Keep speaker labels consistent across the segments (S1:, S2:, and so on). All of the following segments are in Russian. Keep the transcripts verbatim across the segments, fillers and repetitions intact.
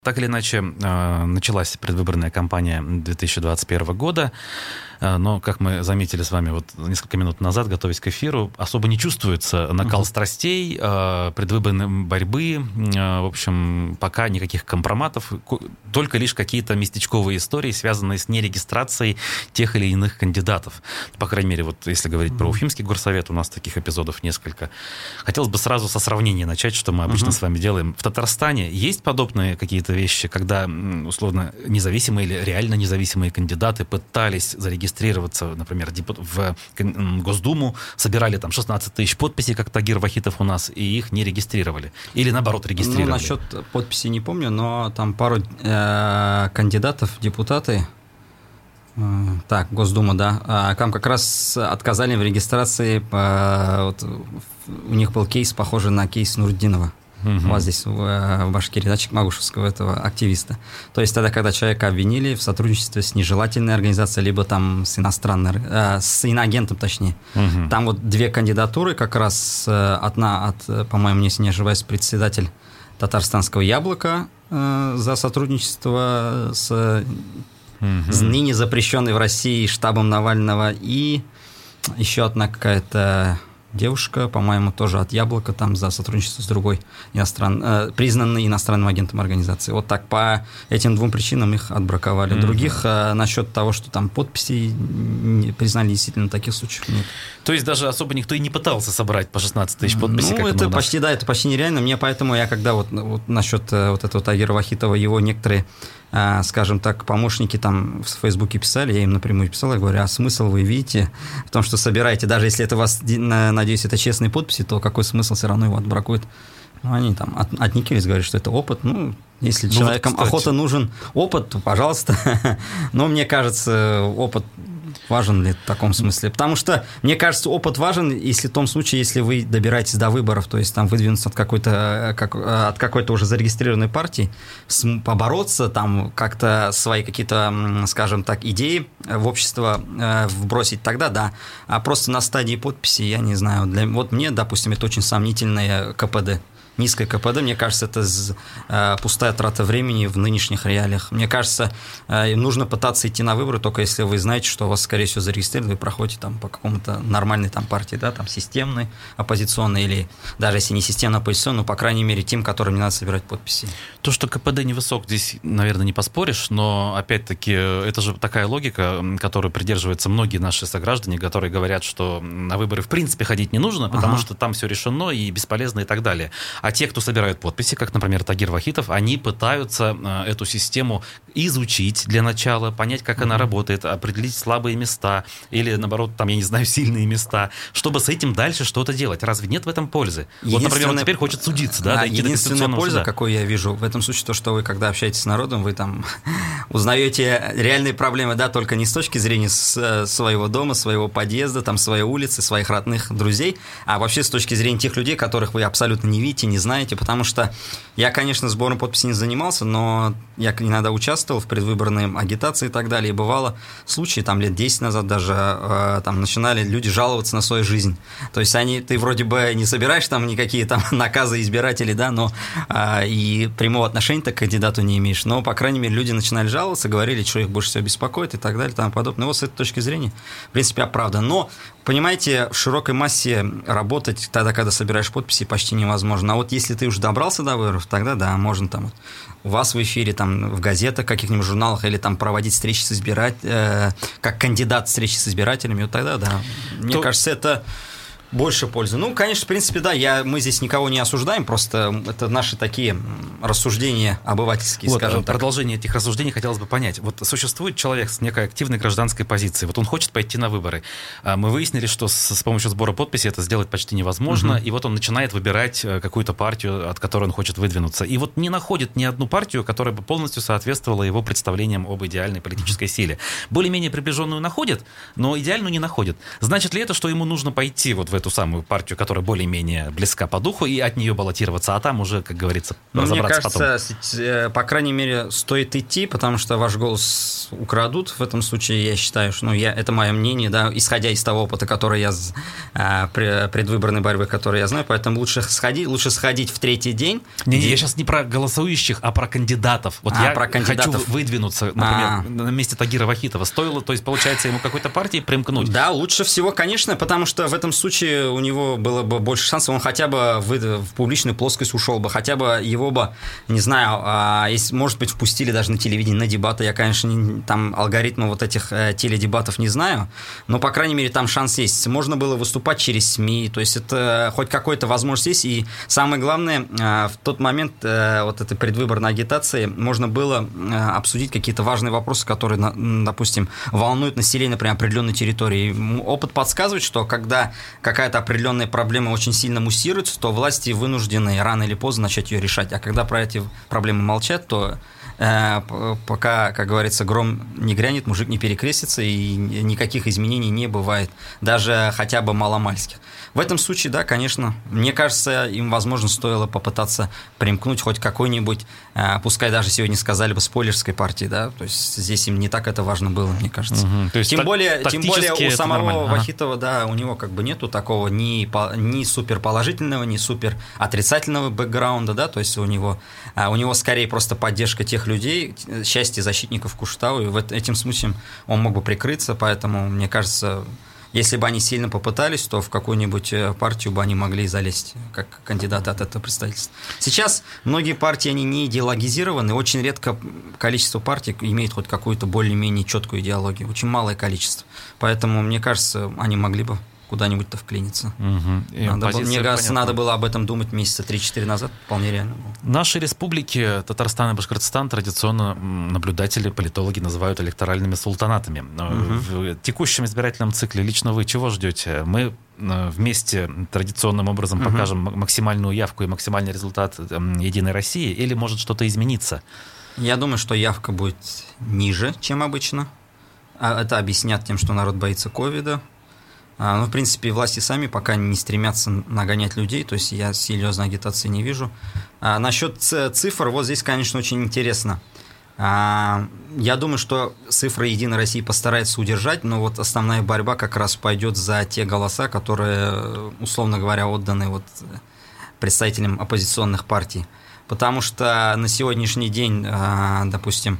S1: Так или иначе, началась предвыборная кампания две тысячи двадцать первого года, но, как мы заметили с вами вот несколько минут назад, готовясь к эфиру, особо не чувствуется накал uh-huh. страстей, предвыборной борьбы, в общем, пока никаких компроматов, только лишь какие-то местечковые истории, связанные с нерегистрацией тех или иных кандидатов. По крайней мере, вот если говорить uh-huh. про Уфимский горсовет, у нас таких эпизодов несколько. Хотелось бы сразу со сравнения начать, что мы обычно uh-huh. с вами делаем. В Татарстане есть подобные какие-то вещи, когда, условно, независимые или реально независимые кандидаты пытались зарегистрироваться, например, в Госдуму, собирали там шестнадцать тысяч подписей, как Тагир Вахитов у нас, и их не регистрировали. Или, наоборот, регистрировали.
S2: Ну, насчет подписей не помню, но там пару э, кандидатов в депутаты, э, так, Госдума, да, там как раз отказали в регистрации, э, вот, у них был кейс, похожий на кейс Нуртдинова. Uh-huh. У вас здесь в, в Башкирии, да, Чекмагушевского этого активиста. То есть тогда, когда человека обвинили в сотрудничестве с нежелательной организацией, либо там с иностранной, э, с иноагентом, точнее. Uh-huh. Там вот две кандидатуры, как раз э, одна от, по-моему, если не ошибаюсь, председатель Татарстанского яблока э, за сотрудничество с, uh-huh. с ныне запрещенной в России штабом Навального, и еще одна какая-то девушка, по-моему, тоже от Яблока, там за сотрудничество с другой иностран... э, признанной иностранным агентом организации. Вот так по этим двум причинам их отбраковали. Mm-hmm. Других э, насчет того, что там подписи не признали, действительно таких случаев нет.
S1: То есть даже особо никто и не пытался собрать по шестнадцать тысяч подписей?
S2: Ну, это почти, да, это почти нереально. Мне поэтому я, когда вот, вот насчет э, вот этого Тагира Вахитова, его некоторые, э, скажем так, помощники там в Фейсбуке писали, я им напрямую писал, я говорю, а смысл вы видите в том, что собираете, даже если это у вас, надеюсь, это честные подписи, то какой смысл, все равно его отбракуют. Ну, они там от, отникились, говорят, что это опыт. Ну, если ну, человеком вот, охота нужен опыт, то пожалуйста. Но мне кажется, опыт важен ли в таком смысле? Потому что, мне кажется, опыт важен, если в том случае, если вы добираетесь до выборов, то есть там выдвинуться от какой-то, как, от какой-то уже зарегистрированной партии, побороться, там как-то свои какие-то, скажем так, идеи в общество э, вбросить, тогда да. А просто на стадии подписи, я не знаю, для, вот мне, допустим, это очень сомнительное ка пэ дэ. Низкое ка пэ дэ, мне кажется, это э, пустая трата времени в нынешних реалиях. Мне кажется, э, нужно пытаться идти на выборы, только если вы знаете, что вас, скорее всего, зарегистрировали, вы проходите там по какому-то нормальной там партии, да, там системной, оппозиционной, или даже если не системно оппозиционной, но, по крайней мере, тем, которым не надо собирать подписи.
S1: То, что ка пэ дэ невысок, здесь, наверное, не поспоришь, но, опять-таки, это же такая логика, которой придерживаются многие наши сограждане, которые говорят, что на выборы в принципе ходить не нужно, потому ага. что там все решено и бесполезно и так далее. А те, кто собирают подписи, как, например, Тагир Вахитов, они пытаются э, эту систему изучить для начала, понять, как mm-hmm. она работает, определить слабые места или, наоборот, там, я не знаю, сильные места, чтобы с этим дальше что-то делать. Разве нет в этом пользы? Вот, например, он теперь хочет судиться, да,
S2: да
S1: дойти до
S2: единственная польза,
S1: суда.
S2: какую я вижу в этом случае, то, что вы, когда общаетесь с народом, вы там узнаете реальные проблемы, да, только не с точки зрения с, своего дома, своего подъезда, там, своей улицы, своих родных, друзей, а вообще с точки зрения тех людей, которых вы абсолютно не видите, не знаете, потому что я, конечно, сбором подписей не занимался, но я иногда участвовал в предвыборной агитации и так далее, и бывало случаи, там лет десять назад даже, э, там начинали люди жаловаться на свою жизнь, то есть они, ты вроде бы не собираешь там никакие там наказы избирателей, да, но э, и прямого отношения к кандидату не имеешь, но, по крайней мере, люди начинали жаловаться, говорили, что их больше всего беспокоит и так далее, и тому подобное. Вот с этой точки зрения, в принципе, оправдан. Но, понимаете, в широкой массе работать тогда, когда собираешь подписи, почти невозможно. А вот если ты уже добрался до выборов, тогда да, можно там вот, у вас в эфире, там, в газетах, каких-нибудь журналах, или там проводить встречи с избирателями, э, как кандидат встречи с избирателями, вот тогда да. Мне То... кажется, это больше пользы. Ну, конечно, в принципе, да, я, мы здесь никого не осуждаем, просто это наши такие рассуждения обывательские, вот, скажем так.
S1: Продолжение этих рассуждений хотелось бы понять. Вот существует человек с некой активной гражданской позицией, вот он хочет пойти на выборы. Мы выяснили, что с, с помощью сбора подписей это сделать почти невозможно, угу. и вот он начинает выбирать какую-то партию, от которой он хочет выдвинуться, и вот не находит ни одну партию, которая бы полностью соответствовала его представлениям об идеальной политической силе. Более-менее приближенную находит, но идеальную не находит. Значит ли это, что ему нужно пойти вот в эту самую партию, которая более-менее близка по духу, и от нее баллотироваться, а там уже, как говорится,
S2: ну,
S1: разобраться
S2: потом. Мне кажется, потом. По крайней мере, стоит идти, потому что ваш голос украдут. В этом случае, я считаю, что ну, я, это мое мнение, да, исходя из того опыта, который я а, предвыборной борьбы, который я знаю, поэтому лучше сходить, лучше сходить в третий день.
S1: Не, где... я сейчас не про голосующих, а про кандидатов. Вот а, я про кандидатов. хочу выдвинуться, например, а. на месте Тагира Вахитова. Стоило, то есть, получается, ему какой-то партии примкнуть?
S2: Да, лучше всего, конечно, потому что в этом случае у него было бы больше шансов, он хотя бы в, в публичную плоскость ушел бы, хотя бы его бы, не знаю, а, если, может быть, впустили даже на телевидение, на дебаты. Я, конечно, не, там алгоритмы вот этих э, теледебатов не знаю, но, по крайней мере, там шанс есть. Можно было выступать через СМИ, то есть это хоть какой-то возможность есть. И самое главное, э, в тот момент э, вот этой предвыборной агитации можно было э, обсудить какие-то важные вопросы, которые, на, допустим, волнуют население, например, определенной территории. Опыт подсказывает, что когда какая-то определенная проблема очень сильно муссируется, то власти вынуждены рано или поздно начать ее решать. А когда про эти проблемы молчат, то э, пока, как говорится, гром не грянет, мужик не перекрестится, и никаких изменений не бывает, даже хотя бы маломальских. В этом случае, да, конечно, мне кажется, им, возможно, стоило попытаться примкнуть хоть к какой-нибудь, э, пускай даже сегодня сказали бы, спойлерской партии, да, то есть здесь им не так это важно было, мне кажется. Угу. То есть тем, так, более, тем более у самого Вахитова, ага. да, у него как бы нету такого ни, ни супер положительного, ни супер отрицательного бэкграунда, да, то есть у него, у него скорее просто поддержка тех людей, счастье защитников Куштау, и в этим смысле он мог бы прикрыться, поэтому, мне кажется... Если бы они сильно попытались, то в какую-нибудь партию бы они могли залезть, как кандидаты от этого представительства. Сейчас многие партии, они не идеологизированы, очень редко количество партий имеет хоть какую-то более-менее четкую идеологию, очень малое количество. Поэтому, мне кажется, они могли бы куда-нибудь-то вклиниться. Угу. Надо было, мне кажется, понятна. Надо было об этом думать месяца три-четыре назад, вполне реально было.
S1: Наши республики, Татарстан и Башкортостан, традиционно наблюдатели, политологи называют электоральными султанатами. Угу. В текущем избирательном цикле лично вы чего ждете? Мы вместе традиционным образом угу. покажем максимальную явку и максимальный результат Единой России, или может что-то измениться?
S2: Я думаю, что явка будет ниже, чем обычно. Это объяснят тем, что народ боится ковида. Ну, в принципе, власти сами пока не стремятся нагонять людей, то есть я серьезной агитации не вижу. А насчет цифр, вот здесь, конечно, очень интересно. А, я думаю, что цифры Единой России постарается удержать, но вот основная борьба как раз пойдет за те голоса, которые, условно говоря, отданы вот представителям оппозиционных партий. Потому что на сегодняшний день, допустим,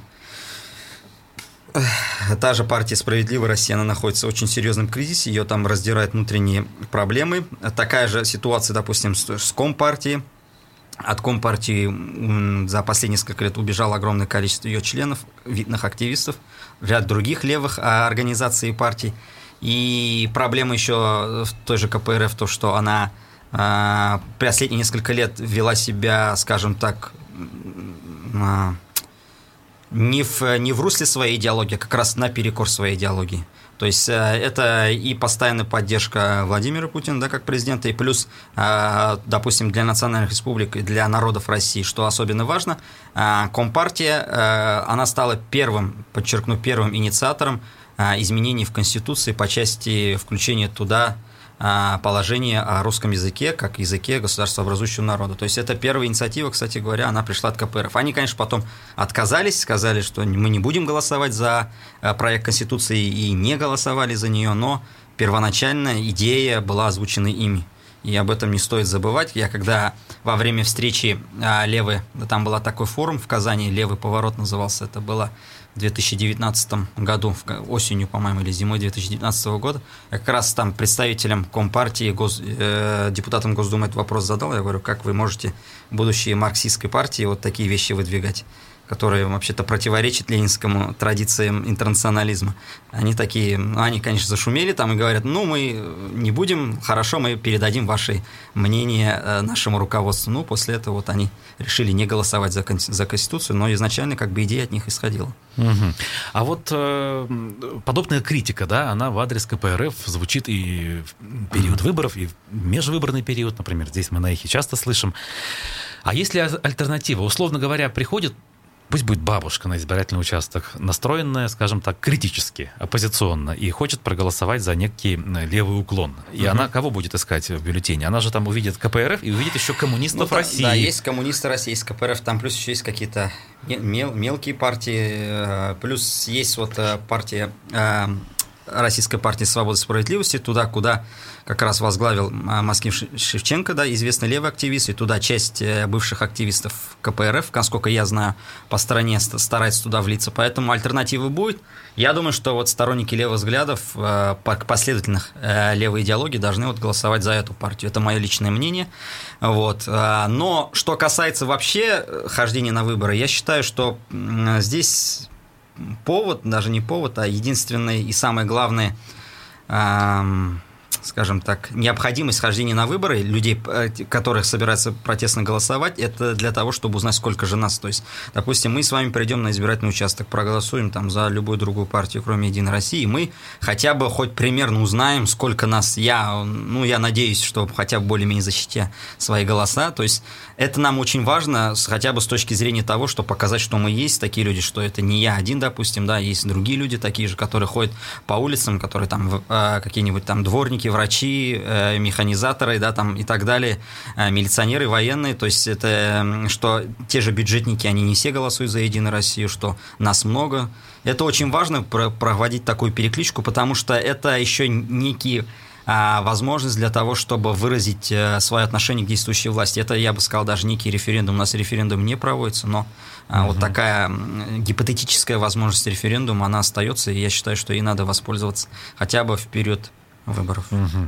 S2: та же партия «Справедливая Россия», она находится в очень серьезном кризисе, ее там раздирают внутренние проблемы. Такая же ситуация, допустим, с Компартией. От Компартии за последние несколько лет убежало огромное количество ее членов, видных активистов, ряд других левых организаций и партий. И проблема еще в той же ка пэ эр эф, то, что она э, последние несколько лет вела себя, скажем так, э, не в, не в русле своей идеологии, а как раз наперекор своей идеологии. То есть это и постоянная поддержка Владимира Путина, да, как президента, и плюс, допустим, для национальных республик и для народов России, что особенно важно, Компартия, она стала первым, подчеркну, первым инициатором изменений в Конституции по части включения туда положение о русском языке как языке государствообразующего народа. То есть это первая инициатива, кстати говоря, она пришла от ка пэ эр эф. Они, конечно, потом отказались, сказали, что мы не будем голосовать за проект Конституции и не голосовали за нее, но первоначально идея была озвучена ими. И об этом не стоит забывать. Я когда во время встречи левый, там был такой форум в Казани, «Левый поворот» назывался, это было в две тысячи девятнадцатом году, осенью, по-моему, или зимой две тысячи девятнадцатого года, я как раз там представителям Компартии, гос, э, депутатам Госдумы этот вопрос задал. Я говорю, как вы можете будущей марксистской партии вот такие вещи выдвигать, которые вообще-то противоречат ленинскому традициям интернационализма. Они такие, они, конечно, зашумели там и говорят, ну, мы не будем, хорошо, мы передадим ваши мнения нашему руководству. Ну, после этого вот они решили не голосовать за, за Конституцию, но изначально как бы идея от них исходила.
S1: Угу. А вот э, подобная критика, да, она в адрес ка пэ эр эф звучит и в период угу. выборов, и в межвыборный период, например, здесь мы на эхе часто слышим. А есть ли альтернатива? Условно говоря, приходит пусть будет бабушка на избирательный участок, настроенная, скажем так, критически, оппозиционно, и хочет проголосовать за некий левый уклон. И угу. она кого будет искать в бюллетене? Она же там увидит ка пэ эр эф и увидит еще коммунистов
S2: ну,
S1: России.
S2: Да, есть коммунисты России, есть ка пэ эр эф, там плюс еще есть какие-то мел- мелкие партии, плюс есть вот партия... Российской партии «Свободы и справедливости», туда, куда как раз возглавил Максим Шевченко, да, известный левый активист, и туда часть бывших активистов ка пэ эр эф, насколько я знаю, по стране старается туда влиться, поэтому альтернативы будет. Я думаю, что вот сторонники левых взглядов, последовательных левой идеологии должны вот голосовать за эту партию. Это мое личное мнение. Вот. Но что касается вообще хождения на выборы, я считаю, что здесь... повод, даже не повод, а единственный и самое главное, эм, скажем так, необходимость хождения на выборы людей, которых собираются протестно голосовать, это для того, чтобы узнать, сколько же нас. То есть, допустим, мы с вами придем на избирательный участок, проголосуем там за любую другую партию, кроме «Единой России», и мы хотя бы хоть примерно узнаем, сколько нас. Я, ну, я надеюсь, что хотя бы более-менее защитя свои голоса. То есть, это нам очень важно, хотя бы с точки зрения того, чтобы показать, что мы есть такие люди, что это не я один, допустим, да, есть другие люди такие же, которые ходят по улицам, которые там какие-нибудь там дворники, врачи, механизаторы, да, там и так далее, милиционеры, военные, то есть это, что те же бюджетники, они не все голосуют за «Единую Россию», что нас много. Это очень важно, проводить такую перекличку, потому что это еще некие... возможность для того, чтобы выразить свое отношение к действующей власти. Это, я бы сказал, даже некий референдум. У нас референдум не проводится, но uh-huh. вот такая гипотетическая возможность референдума, она остается, и я считаю, что ей надо воспользоваться хотя бы в период выборов.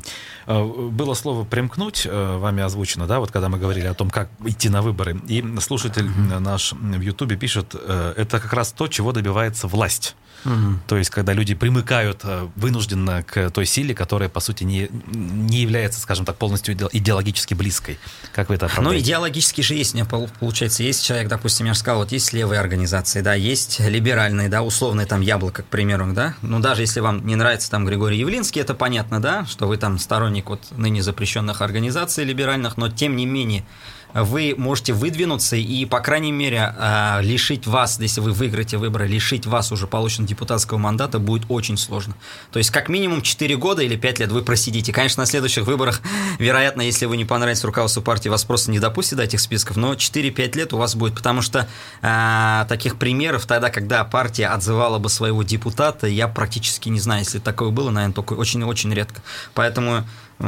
S1: Угу. Было слово «примкнуть», вами озвучено, да, вот когда мы говорили о том, как идти на выборы. И слушатель uh-huh. наш в Ютубе пишет, это как раз то, чего добивается власть. Угу. То есть, когда люди примыкают вынужденно к той силе, которая, по сути, не, не является, скажем так, полностью идеологически близкой. Как вы это оправдаете?
S2: Ну, идеологически же есть, мне получается, есть человек, допустим, я же сказал, вот есть левые организации, да, есть либеральные, да, условные там «Яблоко», к примеру, да, ну, даже если вам не нравится там Григорий Явлинский, это понятно, да, что вы там сторонник вот ныне запрещенных организаций либеральных, но, тем не менее, вы можете выдвинуться и, по крайней мере, лишить вас, если вы выиграете выборы, лишить вас уже полученного депутатского мандата будет очень сложно. То есть, как минимум четыре года или пять лет вы просидите. Конечно, на следующих выборах, вероятно, если вы не понравитесь руководству партии, вас просто не допустят до этих списков, но четыре-пять лет у вас будет, потому что э, таких примеров тогда, когда партия отзывала бы своего депутата, я практически не знаю, если такое было, наверное, только очень-очень редко. Поэтому...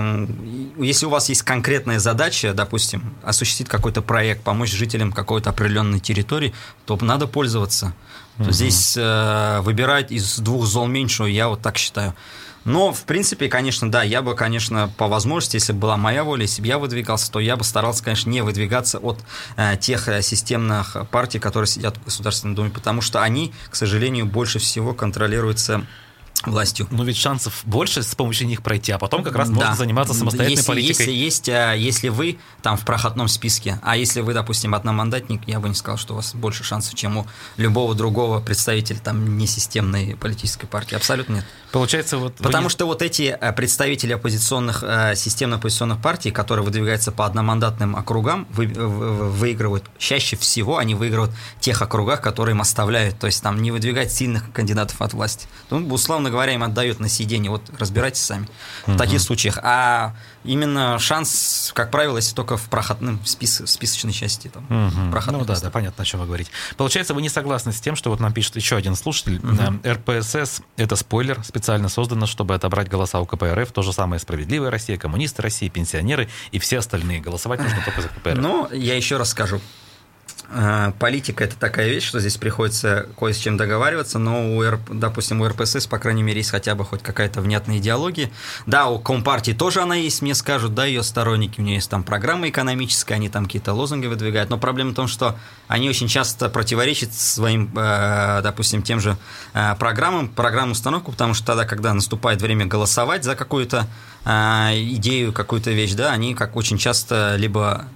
S2: Если у вас есть конкретная задача, допустим, осуществить какой-то проект, помочь жителям какой-то определенной территории, то надо пользоваться. Угу. Здесь э, выбирать из двух зол меньшего, я вот так считаю. Но, в принципе, конечно, да, я бы, конечно, по возможности, если бы была моя воля, если бы я выдвигался, то я бы старался, конечно, не выдвигаться от э, тех системных партий, которые сидят в Государственной Думе, потому что они, к сожалению, больше всего контролируются властью.
S1: Но ведь шансов больше с помощью них пройти, а потом как раз да. можно заниматься самостоятельной
S2: если,
S1: политикой.
S2: Если, есть, если вы там в проходном списке, а если вы, допустим, одномандатник, я бы не сказал, что у вас больше шансов, чем у любого другого представителя там несистемной политической партии. Абсолютно нет.
S1: Получается, вот...
S2: Потому
S1: не...
S2: что вот эти представители оппозиционных, системно-оппозиционных партий, которые выдвигаются по одномандатным округам, вы, вы, выигрывают, чаще всего они выигрывают в тех округах, которые им оставляют, то есть там не выдвигать сильных кандидатов от власти. Ну, условно говоря, им отдают на сиденье, вот разбирайтесь сами uh-huh. в таких случаях. А именно шанс, как правило, если только в проходном в спис, в списочной части. Там,
S1: uh-huh. Ну да, да, понятно, о чем вы говорите. Получается, вы не согласны с тем, что вот нам пишет еще один слушатель. Uh-huh. эр пэ эс эс – это спойлер, специально создано, чтобы отобрать голоса у ка пэ эр эф. То же самое «Справедливая Россия», коммунисты России, пенсионеры и все остальные. Голосовать нужно только за ка пэ эр эф.
S2: Ну, я еще раз скажу. Политика – это такая вещь, что здесь приходится кое с чем договариваться, но, у, допустим, у эр пэ эс эс, по крайней мере, есть хотя бы хоть какая-то внятная идеология. Да, у Компартии тоже она есть, мне скажут, да, ее сторонники, у нее есть там программа экономическая, они там какие-то лозунги выдвигают, но проблема в том, что они очень часто противоречат своим, допустим, тем же программам, программам установку, потому что тогда, когда наступает время голосовать за какую-то идею, какую-то вещь, да, они как очень часто либо...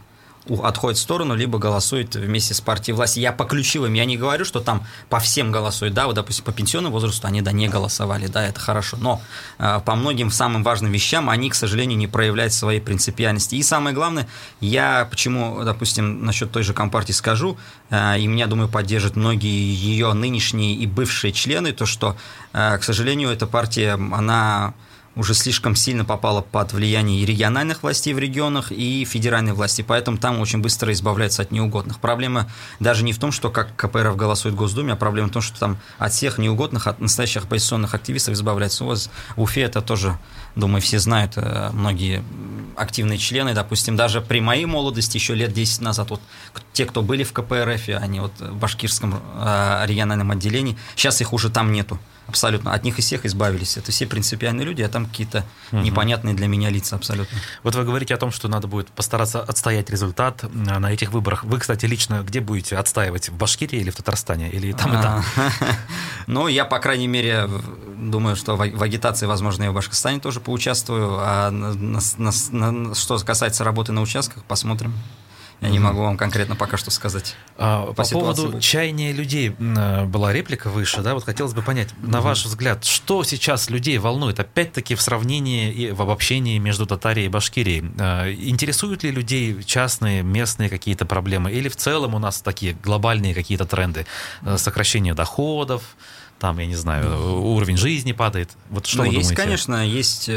S2: отходят в сторону, либо голосуют вместе с партией власти. Я по ключевым, я не говорю, что там по всем голосуют, да, вот, допустим, по пенсионному возрасту они, да, не голосовали, да, это хорошо, но э, по многим самым важным вещам они, к сожалению, не проявляют своей принципиальности. И самое главное, я почему, допустим, насчет той же Компартии скажу, э, и меня, думаю, поддержат многие ее нынешние и бывшие члены, то, что, э, к сожалению, эта партия, она уже слишком сильно попала под влияние и региональных властей в регионах, и федеральной власти, поэтому там очень быстро избавляются от неугодных. Проблема даже не в том, что как КПРФ голосует в Госдуме, а проблема в том, что там от всех неугодных, от настоящих оппозиционных активистов избавляются. У вас в Уфе это тоже, думаю, все знают, многие активные члены, допустим, даже при моей молодости, еще лет десять назад, вот те, кто были в КПРФ, они вот в башкирском региональном отделении, сейчас их уже там нету. Абсолютно. От них и всех избавились. Это все принципиальные люди, а там какие-то угу. непонятные для меня лица абсолютно.
S1: Вот вы говорите о том, что надо будет постараться отстоять результат на этих выборах. Вы, кстати, лично где будете отстаивать? В Башкирии или в Татарстане? Или там и там?
S2: Ну, я, по крайней мере, думаю, что в агитации, возможно, я в Башкортостане тоже поучаствую. А что касается работы на участках, посмотрим. Я mm-hmm. не могу вам конкретно пока что сказать.
S1: А, по, по поводу будет. Чаяния людей была реплика выше, да, вот хотелось бы понять, mm-hmm. на ваш взгляд, что сейчас людей волнует, опять-таки в сравнении и в обобщении между Татарией и Башкирией? Интересуют ли людей частные, местные какие-то проблемы, или в целом у нас такие глобальные какие-то тренды? Сокращение доходов, там, я не знаю, уровень жизни падает. Вот что
S2: ну,
S1: вы
S2: есть,
S1: думаете?
S2: Конечно, есть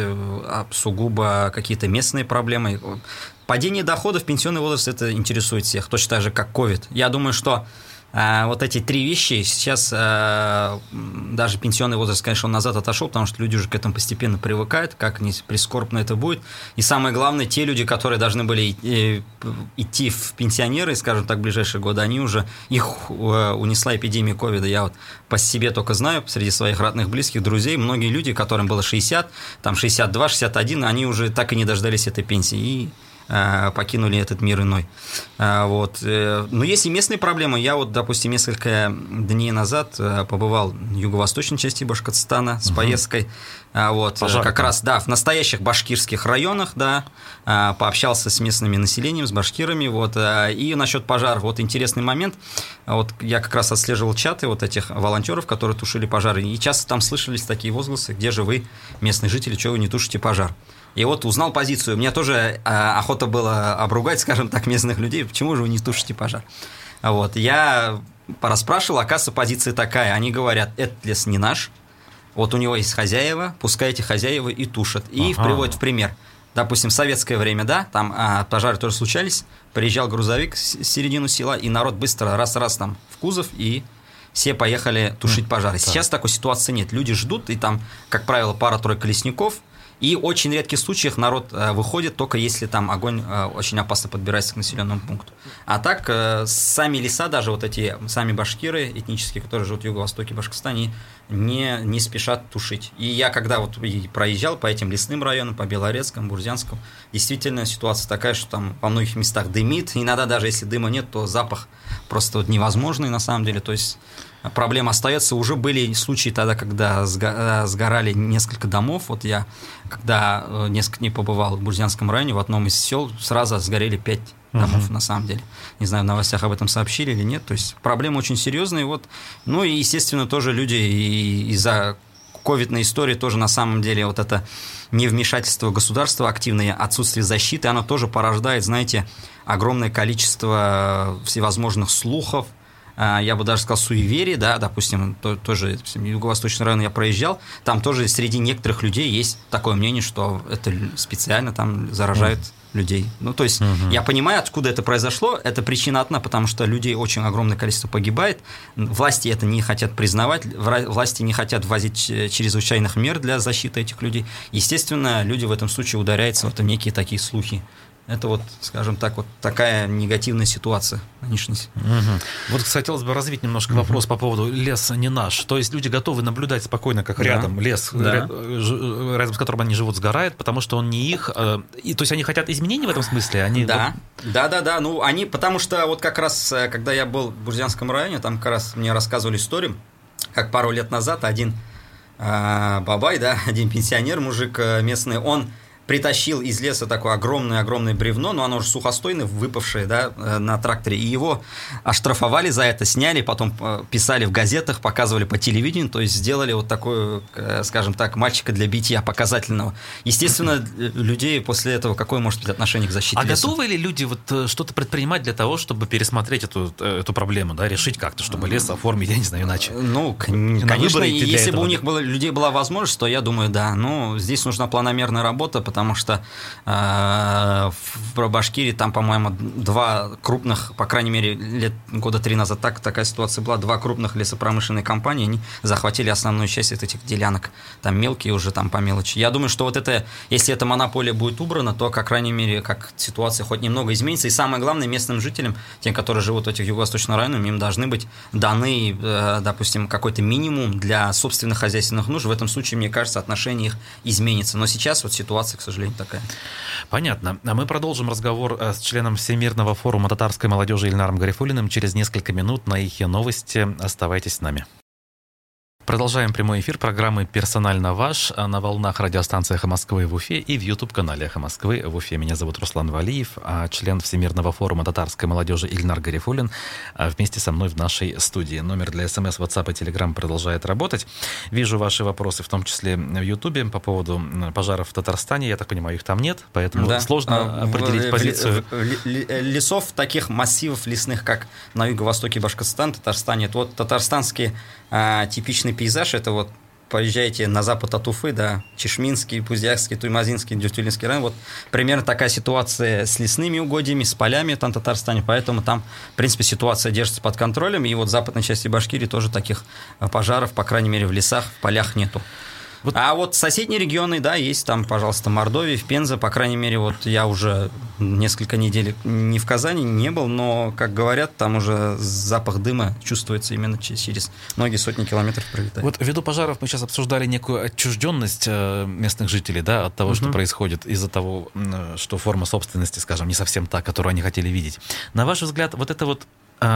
S2: сугубо какие-то местные проблемы. Падение доходов, пенсионный возраст, это интересует всех, точно так же, как ковид. Я думаю, что э, вот эти три вещи сейчас, э, даже пенсионный возраст, конечно, он назад отошел, потому что люди уже к этому постепенно привыкают, как ни прискорбно это будет. И самое главное, те люди, которые должны были э, идти в пенсионеры, скажем так, в ближайшие годы, они уже, их э, унесла эпидемия ковида. Я вот по себе только знаю, среди своих родных, близких, друзей, многие люди, которым было шестьдесят, там шестьдесят два шестьдесят один, они уже так и не дождались этой пенсии. И покинули этот мир иной. Вот. Но есть и местные проблемы. Я вот, допустим, несколько дней назад побывал в юго-восточной части Башкортостана с угу. поездкой. Вот. Как раз, да, в настоящих башкирских районах, да, пообщался с местными населением, с башкирами. Вот. И насчет пожаров. Вот интересный момент. Вот я как раз отслеживал чаты вот этих волонтеров, которые тушили пожары. И часто там слышались такие возгласы: где же вы, местные жители, чего вы не тушите пожар? И вот узнал позицию. Мне тоже э, охота было обругать, скажем так, местных людей. Почему же вы не тушите пожар? Вот. Я порасспрашивал, оказывается, позиция такая. Они говорят, этот лес не наш. Вот у него есть хозяева, пускай эти хозяева и тушат. И ага. приводят в пример. Допустим, в советское время, да, там а, пожары тоже случались. Приезжал грузовик с середину села, и народ быстро раз-раз там в кузов, и все поехали тушить пожары. Сейчас такой ситуации нет. Люди ждут, и там, как правило, пара-тройка лесников. И в очень редких случаях народ э, выходит, только если там огонь э, очень опасно подбирается к населенному пункту. А так, э, сами леса, даже вот эти сами башкиры этнические, которые живут в юго-востоке Башкортостана, они не, не спешат тушить. И я когда вот проезжал по этим лесным районам, по Белорецкому, Бурзянскому, действительно ситуация такая, что там во многих местах дымит. Иногда даже если дыма нет, то запах просто вот невозможный на самом деле. То есть проблема остается. Уже были случаи тогда, когда сгорали несколько домов. Вот я, когда несколько дней побывал в Бурзянском районе, в одном из сел сразу сгорели пять домов, uh-huh. на самом деле. Не знаю, в новостях об этом сообщили или нет. То есть проблема очень серьезная. Вот. Ну и, естественно, тоже люди из-за ковидной истории тоже на самом деле вот это невмешательство государства, активное отсутствие защиты, оно тоже порождает, знаете, огромное количество всевозможных слухов, я бы даже сказал, суеверий, да, допустим, то, тоже юго-восточный район я проезжал, там тоже среди некоторых людей есть такое мнение, что это специально там заражают mm. людей. Ну, то есть, mm-hmm. я понимаю, откуда это произошло, это причина одна, потому что людей очень огромное количество погибает, власти это не хотят признавать, власти не хотят ввозить чрезвычайных мер для защиты этих людей. Естественно, люди в этом случае ударяются в некие такие слухи. Это вот, скажем так, вот такая негативная ситуация нынешняя.
S1: Угу. Вот хотелось бы развить немножко угу. вопрос по поводу «лес не наш». То есть люди готовы наблюдать спокойно, как да. рядом лес, да. рядом с которым они живут, сгорает, потому что он не их. И, то есть они хотят изменений в этом смысле? Они
S2: да. Вот... да, да, да. Ну, они, потому что вот как раз, когда я был в Бурзянском районе, там как раз мне рассказывали историю, как пару лет назад один э, бабай, да, один пенсионер, мужик местный, он притащил из леса такое огромное-огромное бревно, но оно уже сухостойное, выпавшее, да, на тракторе, и его оштрафовали за это, сняли, потом писали в газетах, показывали по телевидению, то есть сделали вот такое, скажем так, мальчика для битья показательного. Естественно, людей после этого какое может быть отношение к защите
S1: а
S2: леса?
S1: А готовы ли люди вот что-то предпринимать для того, чтобы пересмотреть эту, эту проблему, да, решить как-то, чтобы лес оформить, я не знаю, иначе?
S2: Ну, конечно, если бы у них было, людей была возможность, то я думаю, да, но здесь нужна планомерная работа, потому что э, в Башкирии там, по-моему, два крупных, по крайней мере, лет, года три назад так, такая ситуация была, два крупных лесопромышленные компании, они захватили основную часть этих делянок, там мелкие уже там по мелочи. Я думаю, что вот это, если эта монополия будет убрана, то, по крайней мере, как ситуация хоть немного изменится, и самое главное, местным жителям, тем, которые живут в этих юго-восточных районах, им должны быть даны, э, допустим, какой-то минимум для собственных хозяйственных нужд. В этом случае, мне кажется, отношение их изменится. Но сейчас вот ситуация, к сожалению, такая.
S1: Понятно. А мы продолжим разговор с членом Всемирного форума татарской молодежи Ильнаром Гарифуллиным через несколько минут на Ихе Новости. Оставайтесь с нами. Продолжаем прямой эфир программы «Персонально ваш» на волнах радиостанции «Эхо Москвы» в Уфе и в YouTube-канале «Эхо Москвы» в Уфе. Меня зовут Руслан Валиев, а член Всемирного форума татарской молодежи Ильнар Гарифуллин вместе со мной в нашей студии. Номер для СМС, WhatsApp и Telegram продолжает работать. Вижу ваши вопросы, в том числе в YouTube, по поводу пожаров в Татарстане. Я так понимаю, их там нет, поэтому да. сложно а, определить в, позицию.
S2: В, в, лесов, таких массивов лесных, как на юго-востоке Башкортостана, Татарстане, это вот татарстанские а, типичные пейзаж, это вот поезжаете на запад от Уфы, да, Чешминский, Пуздякский, Туймазинский, Дюртюлинский район, вот примерно такая ситуация с лесными угодьями, с полями там в Татарстане, поэтому там, в принципе, ситуация держится под контролем, и вот в западной части Башкирии тоже таких пожаров, по крайней мере, в лесах, в полях нету. Вот. А вот соседние регионы, да, есть там, пожалуйста, Мордовия, Пенза, по крайней мере, вот я уже несколько недель не в Казани не был, но, как говорят, там уже запах дыма чувствуется именно через многие сотни километров пролетает.
S1: Вот ввиду пожаров мы сейчас обсуждали некую отчужденность местных жителей, да, от того, угу. что происходит, из-за того, что форма собственности, скажем, не совсем та, которую они хотели видеть. На ваш взгляд, вот это вот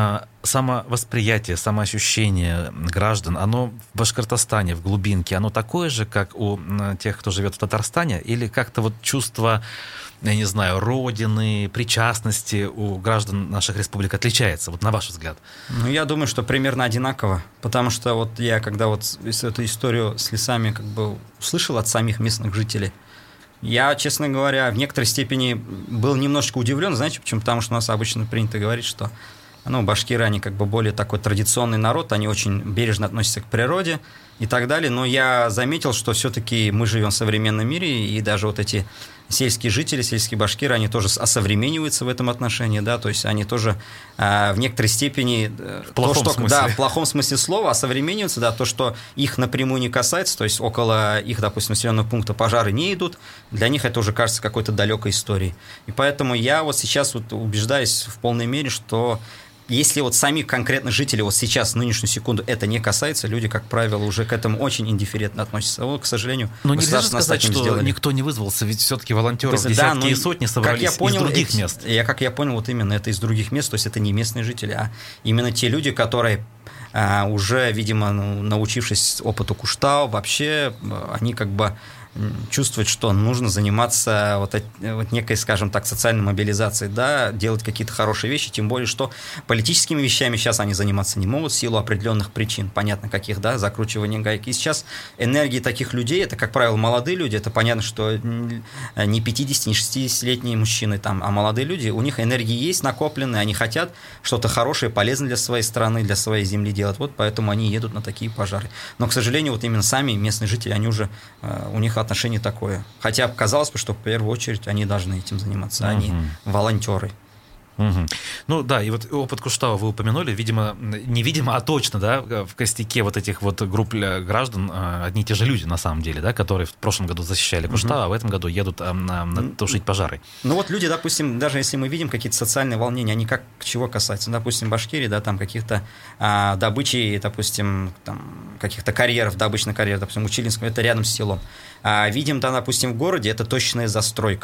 S1: самовосприятие, самоощущение граждан, оно в Башкортостане, в глубинке, оно такое же, как у тех, кто живет в Татарстане, или как-то вот чувство, я не знаю, родины, причастности у граждан наших республик отличается, вот на ваш взгляд?
S2: Ну, я думаю, что примерно одинаково, потому что вот я, когда вот эту историю с лесами как бы услышал от самих местных жителей, я, честно говоря, в некоторой степени был немножечко удивлен, знаете почему? Потому что у нас обычно принято говорить, что ну, башкиры, они как бы более такой традиционный народ, они очень бережно относятся к природе и так далее, но я заметил, что все-таки мы живем в современном мире, и даже вот эти сельские жители, сельские башкиры, они тоже осовремениваются в этом отношении, да, то есть они тоже э, в некоторой степени
S1: в плохом
S2: то, что,
S1: смысле.
S2: Да, в плохом смысле слова осовремениваются, да, то, что их напрямую не касается, то есть около их, допустим, населенного пункта пожары не идут, для них это уже кажется какой-то далекой историей. И поэтому я вот сейчас вот убеждаюсь в полной мере, что если вот самих конкретно жителей вот сейчас, в нынешнюю секунду, это не касается, люди, как правило, уже к этому очень индифферентно относятся. Вот, к сожалению,
S1: но нельзя же сказать, что сделали. Никто не вызвался, ведь все-таки волонтеров есть, десятки да, и сотни собрались я понял, из других
S2: эти,
S1: мест.
S2: Я, как я понял, вот именно это из других мест, то есть это не местные жители, а именно те люди, которые а, уже, видимо, ну, научившись опыту Куштау, вообще они как бы чувствовать, что нужно заниматься вот, вот некой, скажем так, социальной мобилизацией, да, делать какие-то хорошие вещи, тем более, что политическими вещами сейчас они заниматься не могут в силу определенных причин, понятно каких, да, закручивания гайки. И сейчас энергии таких людей, это, как правило, молодые люди, это понятно, что не пятидесяти, не шестидесятилетние мужчины там, а молодые люди, у них энергии есть накопленные, они хотят что-то хорошее, полезное для своей страны, для своей земли делать, вот поэтому они едут на такие пожары. Но, к сожалению, вот именно сами местные жители, они уже, у них отношение такое. Хотя казалось бы, что в первую очередь они должны этим заниматься, uh-huh. они волонтеры.
S1: Угу. Ну да, и вот опыт Куштау вы упомянули, видимо, не видимо, а точно, да, в костяке вот этих вот групп граждан одни и те же люди на самом деле, да, которые в прошлом году защищали Куштау, угу. а в этом году едут а, на, на тушить пожары.
S2: Ну вот люди, допустим, даже если мы видим какие-то социальные волнения, они как к чего касаются? Допустим, в Башкирии, да, там каких-то а, добычи, допустим, там каких-то карьеров, добычных карьеров, допустим, Училинском, это рядом с селом. А, видим там, допустим, в городе, это точная застройка.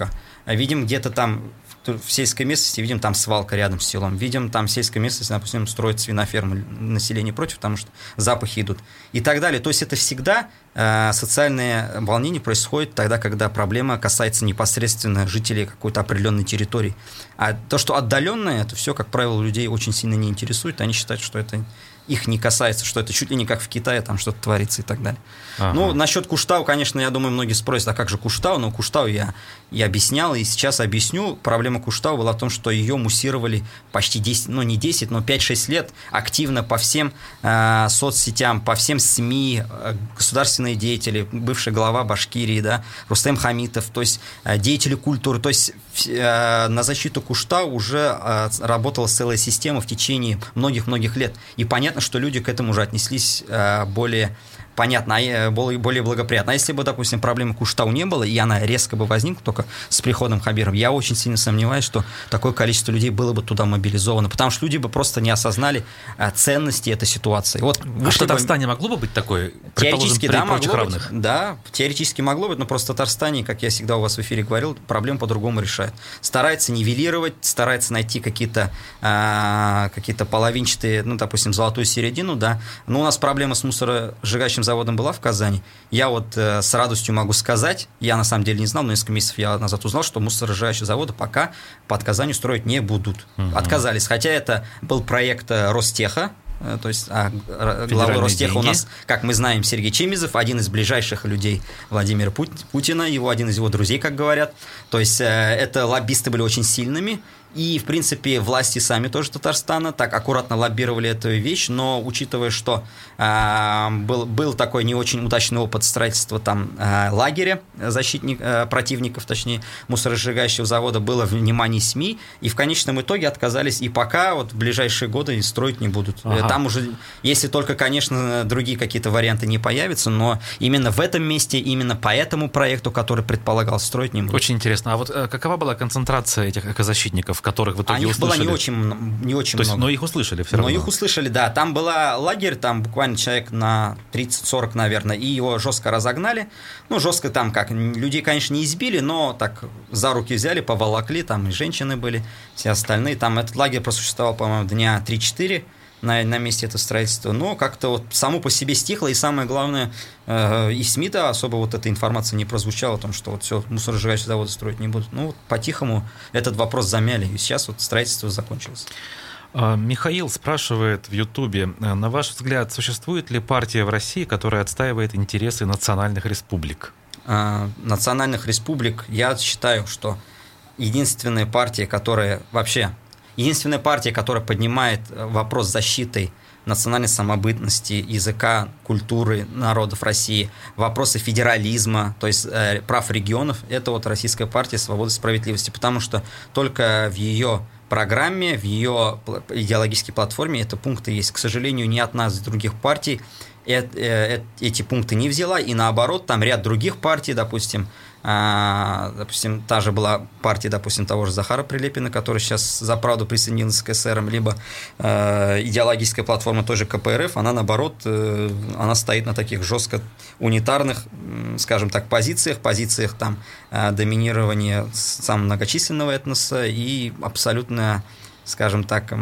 S2: видим где-то там в сельской местности, видим, там свалка рядом с селом, видим, там в сельской местности, допустим, строят свинофермы, население против, потому что запахи идут и так далее. То есть это всегда э, социальные волнения происходят тогда, когда проблема касается непосредственно жителей какой-то определенной территории. А то, что отдаленное, это все, как правило, людей очень сильно не интересует, они считают, что это их не касается, что это чуть ли не как в Китае, там что-то творится и так далее. Ага. Ну, насчет Куштау, конечно, я думаю, многие спросят, а как же Куштау? Но Куштау я и объяснял, и сейчас объясню. Проблема Куштау была в том, что ее муссировали почти десять, ну не десять, но пять-шесть лет активно по всем э, соцсетям, по всем СМИ, э, государственные деятели, бывший глава Башкирии, да, Рустем Хамитов, то есть э, деятели культуры, то есть э, на защиту Куштау уже э, работала целая система в течение многих-многих лет. И понятно, что люди к этому уже отнеслись э, более понятно, более благоприятно. А если бы, допустим, проблемы Куштау не было, и она резко бы возникла только с приходом Хабирова, я очень сильно сомневаюсь, что такое количество людей было бы туда мобилизовано, потому что люди бы просто не осознали ценности этой ситуации. Вот
S1: а в Татарстане бы... могло бы быть такое,
S2: теоретически,
S1: при
S2: да,
S1: прочих
S2: могло
S1: равных?
S2: Быть, да, теоретически могло быть, но просто в Татарстане, как я всегда у вас в эфире говорил, проблем по-другому решают. Старается нивелировать, старается найти какие-то, а, какие-то половинчатые, ну, допустим, золотую середину, да, но у нас проблема с мусоросжигающим заводом была в Казани. Я вот э, с радостью могу сказать, я на самом деле не знал, но несколько месяцев я назад узнал, что мусоросжигающие заводы пока под Казанью строить не будут. Угу. Отказались. Хотя это был проект Ростеха, э, то есть а, главой Ростеха деньги. У нас, как мы знаем, Сергей Чемизов, один из ближайших людей Владимира Путина, его один из его друзей, как говорят. То есть э, это лоббисты были очень сильными. И, в принципе, власти сами тоже Татарстана так аккуратно лоббировали эту вещь, но учитывая, что э, был, был такой не очень удачный опыт строительства там э, лагеря защитник, э, противников, точнее, мусоросжигающего завода, было внимание СМИ, и в конечном итоге отказались, и пока вот в ближайшие годы строить не будут. Ага. Там уже, если только, конечно, другие какие-то варианты не появятся, но именно в этом месте, именно по этому проекту, который предполагался строить, не будут.
S1: Очень интересно. А вот какова была концентрация этих экозащитников, которых в итоге
S2: а их
S1: услышали?
S2: Было не очень, не очень
S1: То есть,
S2: много.
S1: Но их услышали все равно?
S2: Но их услышали, да. Там был лагерь, там буквально человек на тридцать-сорок, наверное, и его жестко разогнали. Ну, жестко там как, людей, конечно, не избили, но так за руки взяли, поволокли, там и женщины были, все остальные. Там этот лагерь просуществовал, по-моему, дня три-четыре. На, на месте этого строительства, но как-то вот само по себе стихло, и самое главное, э, и в СМИ-то особо вот эта информация не прозвучала о том, что вот все, мусоросжигающие заводы строить не будут. Ну, вот по-тихому этот вопрос замяли, и сейчас вот строительство закончилось.
S1: Михаил спрашивает в Ютубе, на ваш взгляд, существует ли партия в России, которая отстаивает интересы национальных республик?
S2: А, национальных республик, я считаю, что единственная партия, которая вообще... Единственная партия, которая поднимает вопрос защиты национальной самобытности, языка, культуры народов России, вопросы федерализма, то есть э, прав регионов, это вот Российская партия свободы и справедливости, потому что только в ее программе, в ее идеологической платформе это пункты есть. К сожалению, ни от нас, других партий эти пункты не взяла, и наоборот, там ряд других партий, допустим, допустим, та же была партия, допустим, того же Захара Прилепина, который сейчас за правду присоединился к эсерам, либо идеологическая платформа той же ка пэ эр эф, она, наоборот, она стоит на таких жестко унитарных, скажем так, позициях, позициях там доминирования самого многочисленного этноса и абсолютно, скажем так,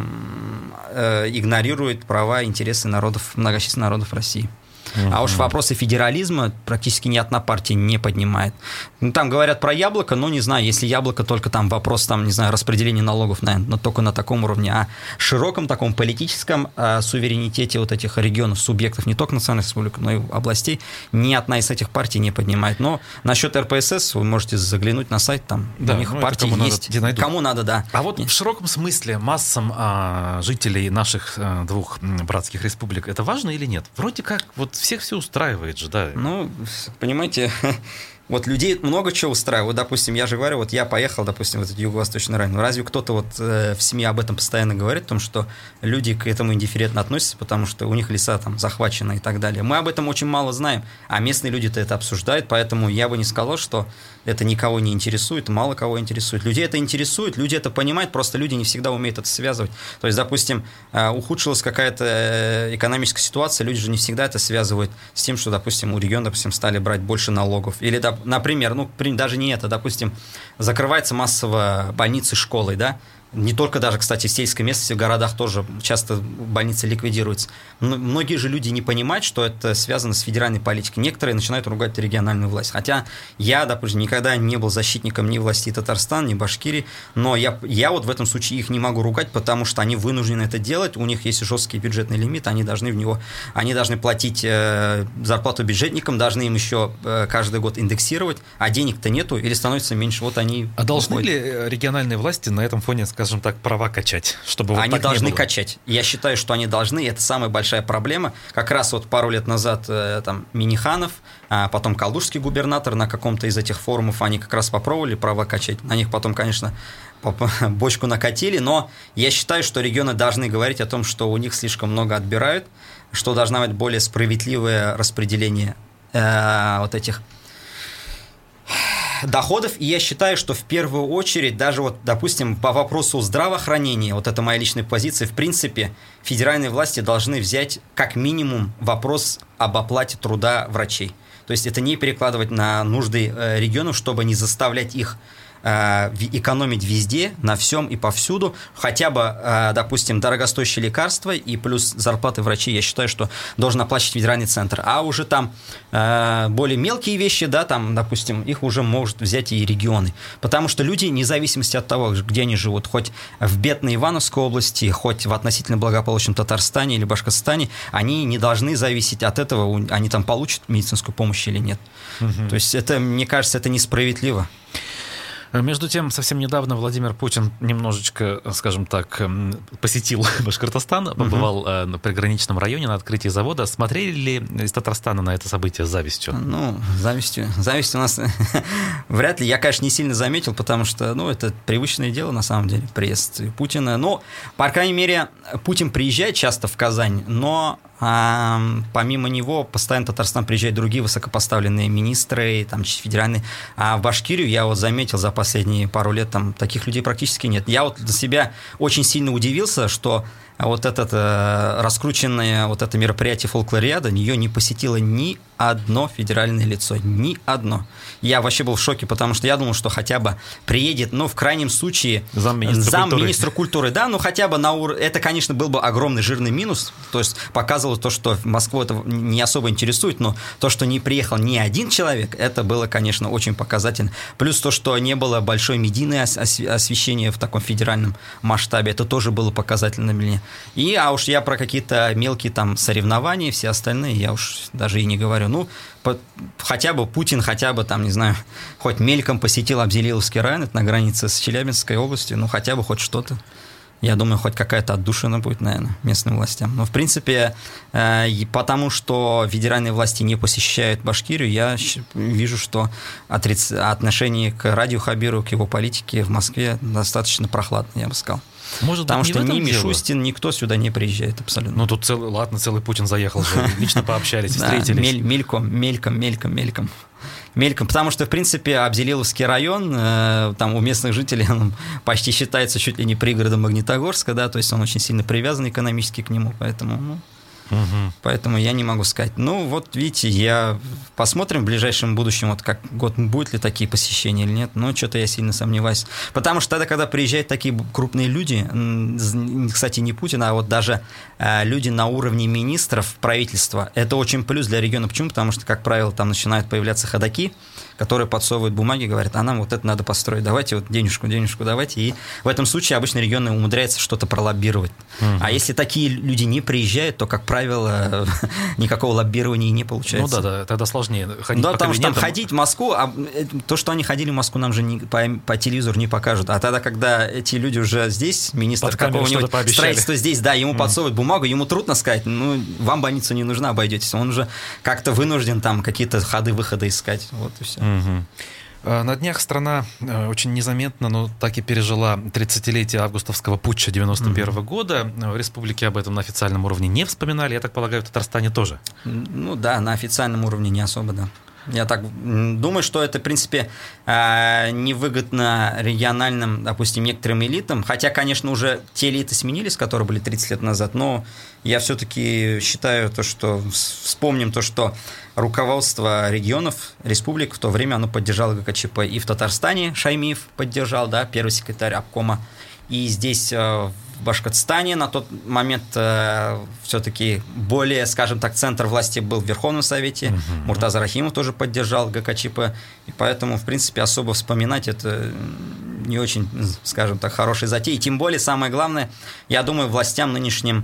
S2: игнорирует права и интересы народов, многочисленных народов России. Uh-huh. А уж вопросы федерализма практически ни одна партия не поднимает. Ну, там говорят про яблоко, но не знаю, если яблоко только там вопрос, там, не знаю, распределения налогов, наверное, но только на таком уровне, а широком таком политическом э, суверенитете вот этих регионов, субъектов, не только национальных республик, но и областей, ни одна из этих партий не поднимает. Но насчет эр пэ эс эс вы можете заглянуть на сайт, там да, у них ну, партии кому есть. Надо, кому надо, да.
S1: А вот в широком смысле массам а, жителей наших а, двух братских республик это важно или нет? Вроде как вот всех все устраивает же, да?
S2: Ну, понимаете, вот людей много чего устраивает. Вот, допустим, я же говорю, вот я поехал, допустим, в этот юго-восточный район. Разве кто-то вот э, в семье об этом постоянно говорит, о том, что люди к этому индифферентно относятся, потому что у них леса там захвачены и так далее. Мы об этом очень мало знаем, а местные люди-то это обсуждают, поэтому я бы не сказал, что это никого не интересует, мало кого интересует. Людей это интересует, люди это понимают, просто люди не всегда умеют это связывать. То есть, допустим, ухудшилась какая-то экономическая ситуация, люди же не всегда это связывают с тем, что, допустим, у региона, допустим, стали брать больше налогов. Или, например, ну, даже не это, допустим, закрывается массово больницы, школы, да, не только даже, кстати, в сельской местности, в городах тоже часто больницы ликвидируются. Многие же люди не понимают, что это связано с федеральной политикой. Некоторые начинают ругать региональную власть. Хотя я, допустим, никогда не был защитником ни власти Татарстана, ни Башкирии, но я, я вот в этом случае их не могу ругать, потому что они вынуждены это делать, у них есть жесткий бюджетный лимит, они должны в него, они должны платить э, зарплату бюджетникам, должны им еще э, каждый год индексировать, а денег-то нету или становится меньше, вот они...
S1: А должны уходят. ли региональные власти на этом фоне, скажем так, права качать, чтобы вот
S2: они
S1: так
S2: должны
S1: не было?
S2: качать. Я считаю, что они должны. Это самая большая проблема. Как раз вот пару лет назад э, там Миниханов, а потом калужский губернатор на каком-то из этих форумов, они как раз попробовали права качать. На них потом, конечно, бочку накатили, но я считаю, что регионы должны говорить о том, что у них слишком много отбирают, что должна быть более справедливое распределение э, вот этих доходов, и я считаю, что в первую очередь, даже вот, допустим, по вопросу здравоохранения, вот это моя личная позиция, в принципе, федеральные власти должны взять как минимум вопрос об оплате труда врачей. То есть это не перекладывать на нужды регионов, чтобы не заставлять их экономить везде, на всем и повсюду, хотя бы, допустим, дорогостоящие лекарства и плюс зарплаты врачей, я считаю, что должен оплачивать федеральный центр, а уже там более мелкие вещи, да, там, допустим, их уже может взять и регионы, потому что люди, вне зависимости от того, где они живут, хоть в бедной Ивановской области, хоть в относительно благополучном Татарстане или Башкортостане, они не должны зависеть от этого, они там получат медицинскую помощь или нет. Угу. То есть это, мне кажется, это несправедливо.
S1: Между тем, совсем недавно Владимир Путин немножечко, скажем так, посетил Башкортостан, побывал uh-huh. на приграничном районе на открытии завода. Смотрели ли из Татарстана на это событие с завистью?
S2: Ну, завистью. Зависть у нас вряд ли. Я, конечно, не сильно заметил, потому что, ну, это привычное дело, на самом деле, приезд Путина. Но, по крайней мере, Путин приезжает часто в Казань, но... А, помимо него постоянно в Татарстан приезжают другие высокопоставленные министры, там, федеральные. А в Башкирию я вот заметил за последние пару лет, там таких людей практически нет. Я вот для себя очень сильно удивился, что вот это э, раскрученное вот это мероприятие фольклориада, ее не посетило ни одно федеральное лицо, ни одно. Я вообще был в шоке, потому что я думал, что хотя бы приедет, ну, в крайнем случае,
S1: замминистра
S2: зам
S1: культуры.
S2: министра культуры, да, ну, хотя бы на уровне, это, конечно, был бы огромный жирный минус, то есть показывало то, что Москву это не особо интересует, но то, что не приехал ни один человек, это было, конечно, очень показательно. Плюс то, что не было большой медийное освещение в таком федеральном масштабе, это тоже было показательно для меня. И, а уж я про какие-то мелкие там соревнования, все остальные, я уж даже и не говорю. Ну, по, хотя бы Путин, хотя бы там, не знаю, хоть мельком посетил Абзелиловский район, это на границе с Челябинской областью, ну, хотя бы хоть что-то. Я думаю, хоть какая-то отдушина будет, наверное, местным властям. Но, в принципе, э, потому что федеральные власти не посещают Башкирию, я вижу, что отриц... отношение к Радию Хабиру, к его политике в Москве достаточно прохладно, я бы сказал.
S1: Может
S2: Потому
S1: быть,
S2: что
S1: не
S2: ни Мишустин, никто сюда не приезжает абсолютно.
S1: Ну, тут целый, ладно, целый Путин заехал же, лично пообщались, встретились.
S2: Да, мельком, мельком, мельком, мельком. Мельком, потому что, в принципе, Абзелиловский район, э, там у местных жителей он почти считается чуть ли не пригородом Магнитогорска, да, то есть он очень сильно привязан экономически к нему, поэтому, ну, угу. поэтому я не могу сказать. Ну, вот видите, я посмотрим в ближайшем будущем, вот как год, будет ли такие посещения или нет, но что-то я сильно сомневаюсь. Потому что тогда, когда приезжают такие крупные люди, кстати, не Путин, а вот даже э, люди на уровне министров правительства, это очень плюс для региона. Почему? Потому что, как правило, там начинают появляться ходаки, которые подсовывают бумаги, говорят, а нам вот это надо построить, давайте вот денежку, денежку давайте. И в этом случае обычно регионы умудряются что-то пролоббировать. Угу. А если такие люди не приезжают, то, как правило, никакого лоббирования не получается.
S1: Ну да, да, тогда сложнее ходить
S2: да,
S1: по
S2: потому
S1: кабинетам.
S2: что там ходить в Москву, а то, что они ходили в Москву, нам же не, по, по телевизору не покажут. А тогда, когда эти люди уже здесь, министр какого-нибудь строительства здесь, да, ему mm. подсовывают бумагу, ему трудно сказать, ну, вам больница не нужна, обойдетесь. Он уже как-то вынужден там какие-то ходы-выходы искать. Вот и все.
S1: Mm-hmm. На днях страна очень незаметно, но так и пережила тридцатилетие августовского путча девяносто первого mm-hmm. года. В республике об этом на официальном уровне не вспоминали. Я так полагаю, в Татарстане тоже.
S2: Ну да, на официальном уровне не особо, да. Я так думаю, что это, в принципе, невыгодно региональным, допустим, некоторым элитам. Хотя, конечно, уже те элиты сменились, которые были тридцать лет назад, но я все-таки считаю то, что вспомним то, что руководство регионов, республик в то время оно поддержало ГКЧП. И в Татарстане Шаймиев поддержал, да, первый секретарь обкома. И здесь в Башкортостане на тот момент э, все-таки более, скажем так, центр власти был в Верховном Совете. Uh-huh. Муртаза Рахимов тоже поддержал ГКЧП. И поэтому, в принципе, особо вспоминать это не очень, скажем так, хорошая затея. И тем более, самое главное, я думаю, властям нынешним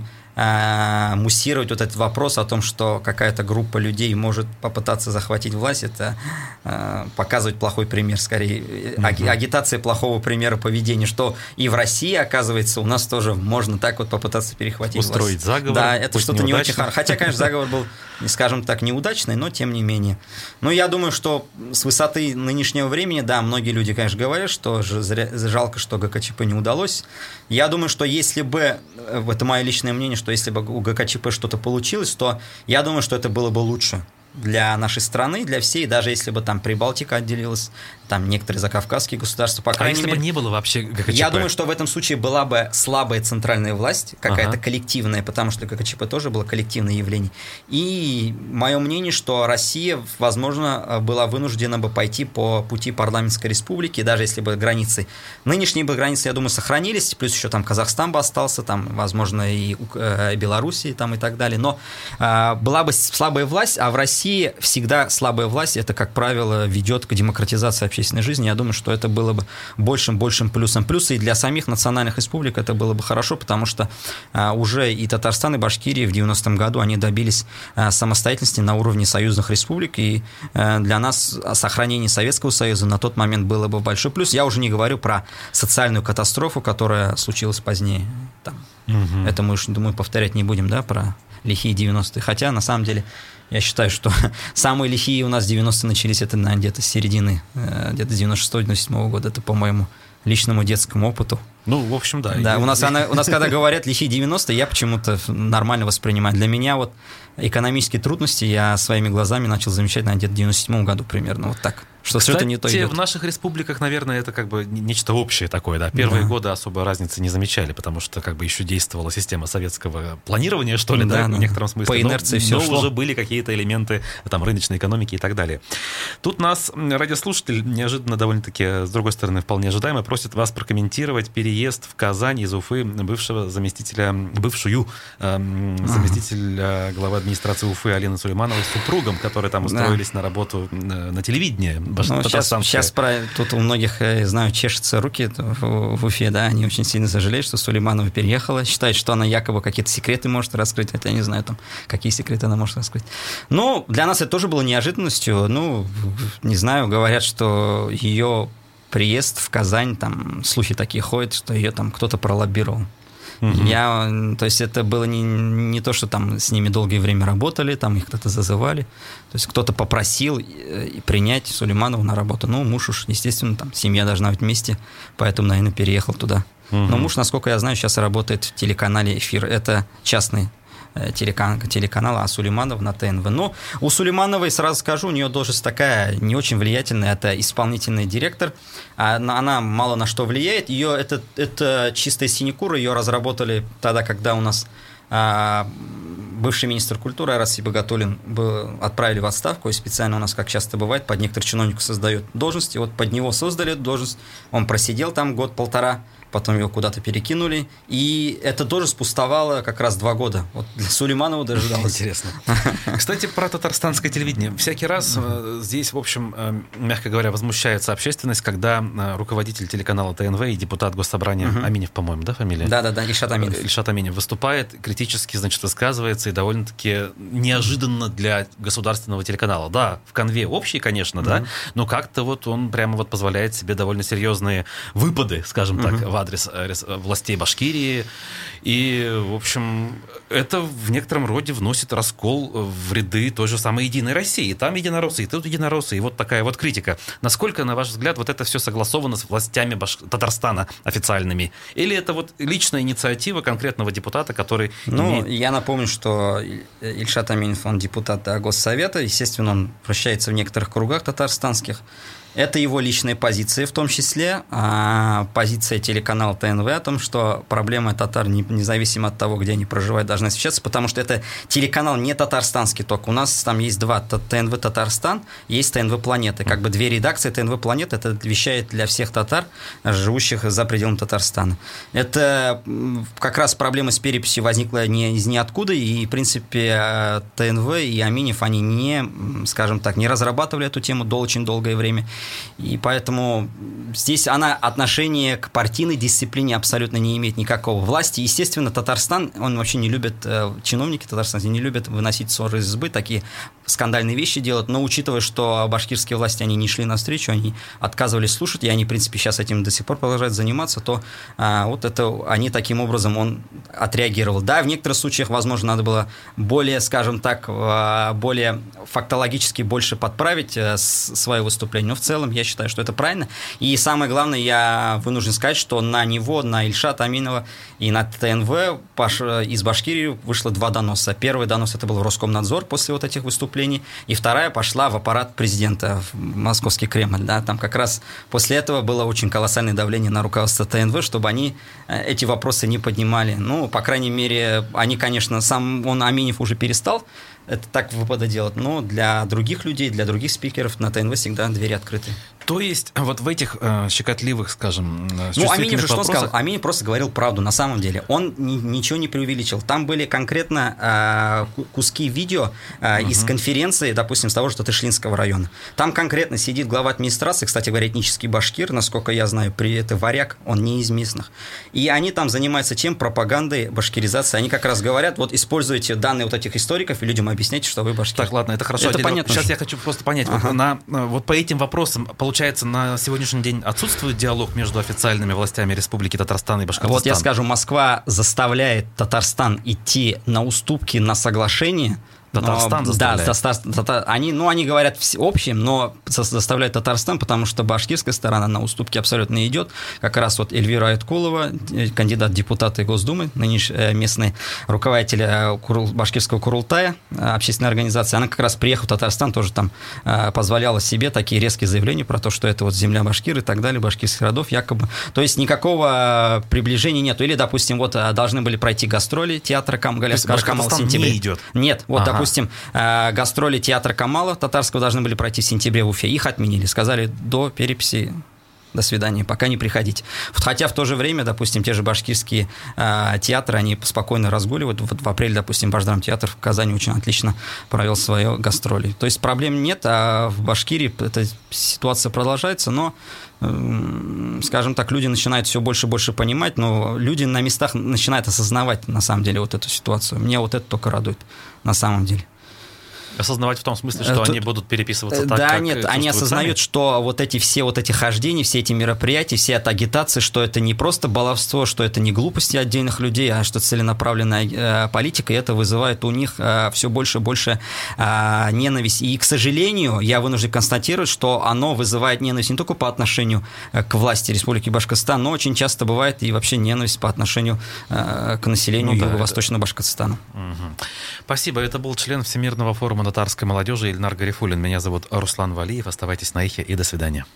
S2: э, муссировать вот этот вопрос о том, что какая-то группа людей может попытаться захватить власть, это э, показывать плохой пример, скорее, uh-huh. агитация плохого примера поведения, что и в России, оказывается, у нас тоже можно так вот попытаться перехватить
S1: устроить
S2: власть.
S1: заговор.
S2: Да, это что-то
S1: неудачно.
S2: Не очень хорошо. Хотя, конечно, заговор был, скажем так, неудачный, но тем не менее. Но я думаю, что с высоты нынешнего времени, да, многие люди, конечно, говорят, что жалко, что ГКЧП не удалось. Я думаю, что если бы, это мое личное мнение, что если бы у ГКЧП что-то получилось, то я думаю, что это было бы лучше для нашей страны, для всей, даже если бы там Прибалтика отделилась, там некоторые закавказские государства, по крайней
S1: а если
S2: мере,
S1: бы не было вообще ГКЧП?
S2: Я думаю, что в этом случае была бы слабая центральная власть, какая-то
S1: ага.
S2: коллективная, потому что ГКЧП тоже было коллективное явление. И мое мнение, что Россия, возможно, была вынуждена бы пойти по пути парламентской республики, даже если бы границы, нынешние бы границы, я думаю, сохранились, плюс еще там Казахстан бы остался, там, возможно, и Белоруссия там, и так далее, но а, была бы слабая власть, а в России всегда слабая власть, это, как правило, ведет к демократизации общественной жизни. Я думаю, что это было бы большим-большим плюсом. Плюс и для самих национальных республик это было бы хорошо, потому что а, уже и Татарстан, и Башкирия в девяностом году они добились а, самостоятельности на уровне союзных республик, и а, для нас сохранение Советского Союза на тот момент было бы большой плюс. Я уже не говорю про социальную катастрофу, которая случилась позднее. Там. Угу. Это мы уж, думаю, повторять не будем, да, про лихие девяностые. Хотя, на самом деле, я считаю, что самые лихие у нас девяностые начались это, наверное, где-то с середины, где-то с девяносто шестого - девяносто седьмого года. Это по моему личному детскому опыту.
S1: Ну, в общем, да.
S2: Да, у нас, она, у нас когда говорят лихие девяностые, я почему-то нормально воспринимаю. Для меня вот экономические трудности я своими глазами начал замечать, наверное, где-то в девяносто седьмом году примерно, вот так. Что
S1: Кстати,
S2: что-то не то идет.
S1: в наших республиках, наверное, это как бы нечто общее такое, да. Первые да. годы особой разницы не замечали, потому что как бы еще действовала система советского планирования, что ли, да, да, да. в некотором смысле.
S2: По инерции
S1: но,
S2: все
S1: но
S2: шло.
S1: уже были какие-то элементы там рыночной экономики и так далее. Тут нас радиослушатель неожиданно довольно-таки, с другой стороны, вполне ожидаемо, просит вас прокомментировать переезд в Казань из Уфы бывшего заместителя, бывшую э, заместитель э, главы администрации Уфы Алины Сулеймановой с супругом, которые там устроились да. на работу на телевидении.
S2: Ну, сейчас, сейчас про, тут у многих, я знаю, чешутся руки в, в Уфе, да, они очень сильно сожалеют, что Сулейманова переехала, считают, что она якобы какие-то секреты может раскрыть, хотя я не знаю, там, какие секреты она может раскрыть. Ну, для нас это тоже было неожиданностью, ну, не знаю, говорят, что ее приезд в Казань, там, слухи такие ходят, что ее там кто-то пролоббировал. Угу. Я, то есть это было не, не то, что там с ними долгое время работали, там их кто-то зазывали. То есть кто-то попросил принять Сулейманову на работу. Ну, муж уж, естественно, там семья должна быть вместе, поэтому, наверное, переехал туда. Угу. Но муж, насколько я знаю, сейчас работает в телеканале «Эфир». Это частный телеканал, телеканал, а Сулейманов на ТНВ. Но у Сулеймановой, сразу скажу, у нее должность такая не очень влиятельная, это исполнительный директор, она, она мало на что влияет, ее, это, это чистая синекура, ее разработали тогда, когда у нас а, бывший министр культуры Арас Ибагатуллин был, отправили в отставку, и специально у нас, как часто бывает, под некоторых чиновников создают должности, вот под него создали эту должность, он просидел там год-полтора, потом его куда-то перекинули, и эта должность пустовала как раз два года. Вот для Сулейманова дожидалась.
S1: Интересно. Кстати, про татарстанское телевидение. Всякий раз здесь, в общем, мягко говоря, возмущается общественность, когда руководитель телеканала ТНВ и депутат Госсобрания uh-huh. Аминев, по-моему, да, фамилия?
S2: Да-да-да, Ильшат Аминев.
S1: Ильшат Аминев выступает, критически, значит, высказывается, и довольно-таки неожиданно для государственного телеканала. Да, в канве общий, конечно, uh-huh. да, но как-то вот он прямо вот позволяет себе довольно серьезные выпады, скажем uh-huh. так, в адрес властей Башкирии. И, в общем, это в некотором роде вносит раскол в ряды той же самой «Единой России». И там единороссы, и тут единороссы, и вот такая вот критика. Насколько, на ваш взгляд, вот это все согласовано с властями Баш... Татарстана официальными? Или это вот личная инициатива конкретного депутата, который...
S2: Ну,
S1: имеет...
S2: я напомню, что Ильшат Аминов, он депутат Госсовета, естественно, он вращается в некоторых кругах татарстанских. Это его личная позиция, в том числе а, позиция телеканала ТНВ о том, что проблемы татар, не, независимо от того, где они проживают, должны освещаться, потому что это телеканал не татарстанский только. У нас там есть два: ТНВ Татарстан, есть ТНВ Планеты. Как бы две редакции. ТНВ Планеты это вещает для всех татар, живущих за пределами Татарстана. Это как раз проблема с переписью возникла не из ниоткуда, и, в принципе, ТНВ и Аминев, они не, скажем так, не разрабатывали эту тему до очень долгое время. И поэтому здесь она отношения к партийной дисциплине абсолютно не имеет никакого. Власти, естественно, Татарстан, он вообще не любит, чиновники Татарстана не любят выносить ссоры из избы, такие скандальные вещи делать, но учитывая, что башкирские власти, они не шли навстречу, они отказывались слушать, и они, в принципе, сейчас этим до сих пор продолжают заниматься, то а, вот это они таким образом он отреагировал. Да, в некоторых случаях, возможно, надо было более, скажем так, более фактологически больше подправить свое выступление, но в целом я считаю, что это правильно. И самое главное, я вынужден сказать, что на него, на Ильшата Аминова и на ТНВ из Башкирии вышло два доноса. Первый донос это был в Роскомнадзор после вот этих выступлений, и вторая пошла в аппарат президента, в Московский Кремль. Да, там как раз после этого было очень колоссальное давление на руководство ТНВ, чтобы они эти вопросы не поднимали. Ну, по крайней мере, они, конечно, сам он, Аминев, уже перестал это так выпада делать, но для других людей, для других спикеров на ТНВ всегда двери открыты.
S1: То есть вот в этих э, щекотливых, скажем,
S2: ну, Аминев же что сказал? Аминев просто говорил правду на самом деле. Он ни, ничего не преувеличил. Там были конкретно э, куски видео э, uh-huh. из конференции, допустим, с того же Татышлинского района. Там конкретно сидит глава администрации, кстати говоря, этнический башкир, насколько я знаю, при это варяг, он не из местных. И они там занимаются чем? Пропагандой башкиризации. Они как раз говорят, вот используйте данные вот этих историков и людям объясняйте, что вы башкир.
S1: Так, ладно, это хорошо.
S2: Это понятно.
S1: Сейчас я хочу просто понять, ага. вот, на, вот по этим вопросам, получается, Получается, на сегодняшний день отсутствует диалог между официальными властями Республики Татарстан и Башкортостан?
S2: Вот я скажу, Москва заставляет Татарстан идти на уступки, на соглашение.
S1: Татарстан
S2: но,
S1: заставляет?
S2: Да, Татар, Татар, они, ну, они говорят в общем, но заставляют Татарстан, потому что башкирская сторона на уступки абсолютно не идет. Как раз вот Эльвира Айткулова, кандидат в депутаты Госдумы, нынешний местный руководитель Курул, башкирского Курултая, общественной организации, она как раз приехала в Татарстан, тоже там позволяла себе такие резкие заявления про то, что это вот земля башкир и так далее, башкирских родов якобы. То есть никакого приближения нету. Или, допустим, вот должны были пройти гастроли театра Камгаля в сентябре.
S1: Не идет?
S2: Нет, вот,
S1: ага.
S2: допустим, Допустим, гастроли театра Камала татарского должны были пройти в сентябре в Уфе. Их отменили. Сказали, до переписи, до свидания, пока не приходите. Хотя в то же время, допустим, те же башкирские театры, они спокойно разгуливают. Вот в апреле, допустим, Башдрам театр в Казани очень отлично провел свои гастроли. То есть проблем нет, а в Башкирии эта ситуация продолжается, но, скажем так, люди начинают все больше и больше понимать, но люди на местах начинают осознавать, на самом деле, вот эту ситуацию. Меня вот это только радует, на самом деле.
S1: Осознавать в том смысле, что
S2: Тут,
S1: они будут переписываться так,
S2: да,
S1: как
S2: нет, они осознают,
S1: сами?
S2: что вот эти все вот эти хождения, все эти мероприятия, все эта агитация, что это не просто баловство, что это не глупости отдельных людей, а что целенаправленная э, политика, и это вызывает у них э, все больше и больше э, ненависть. И, к сожалению, я вынужден констатировать, что оно вызывает ненависть не только по отношению э, к власти Республики Башкортостан, но очень часто бывает и вообще ненависть по отношению э, к населению ну, Юго-Восточного да, Башкортостана.
S1: Угу. Спасибо. Это был член Всемирного форума татарской молодежи Ильнар Гарифуллин. Меня зовут Руслан Валиев. Оставайтесь на Эхе и до свидания.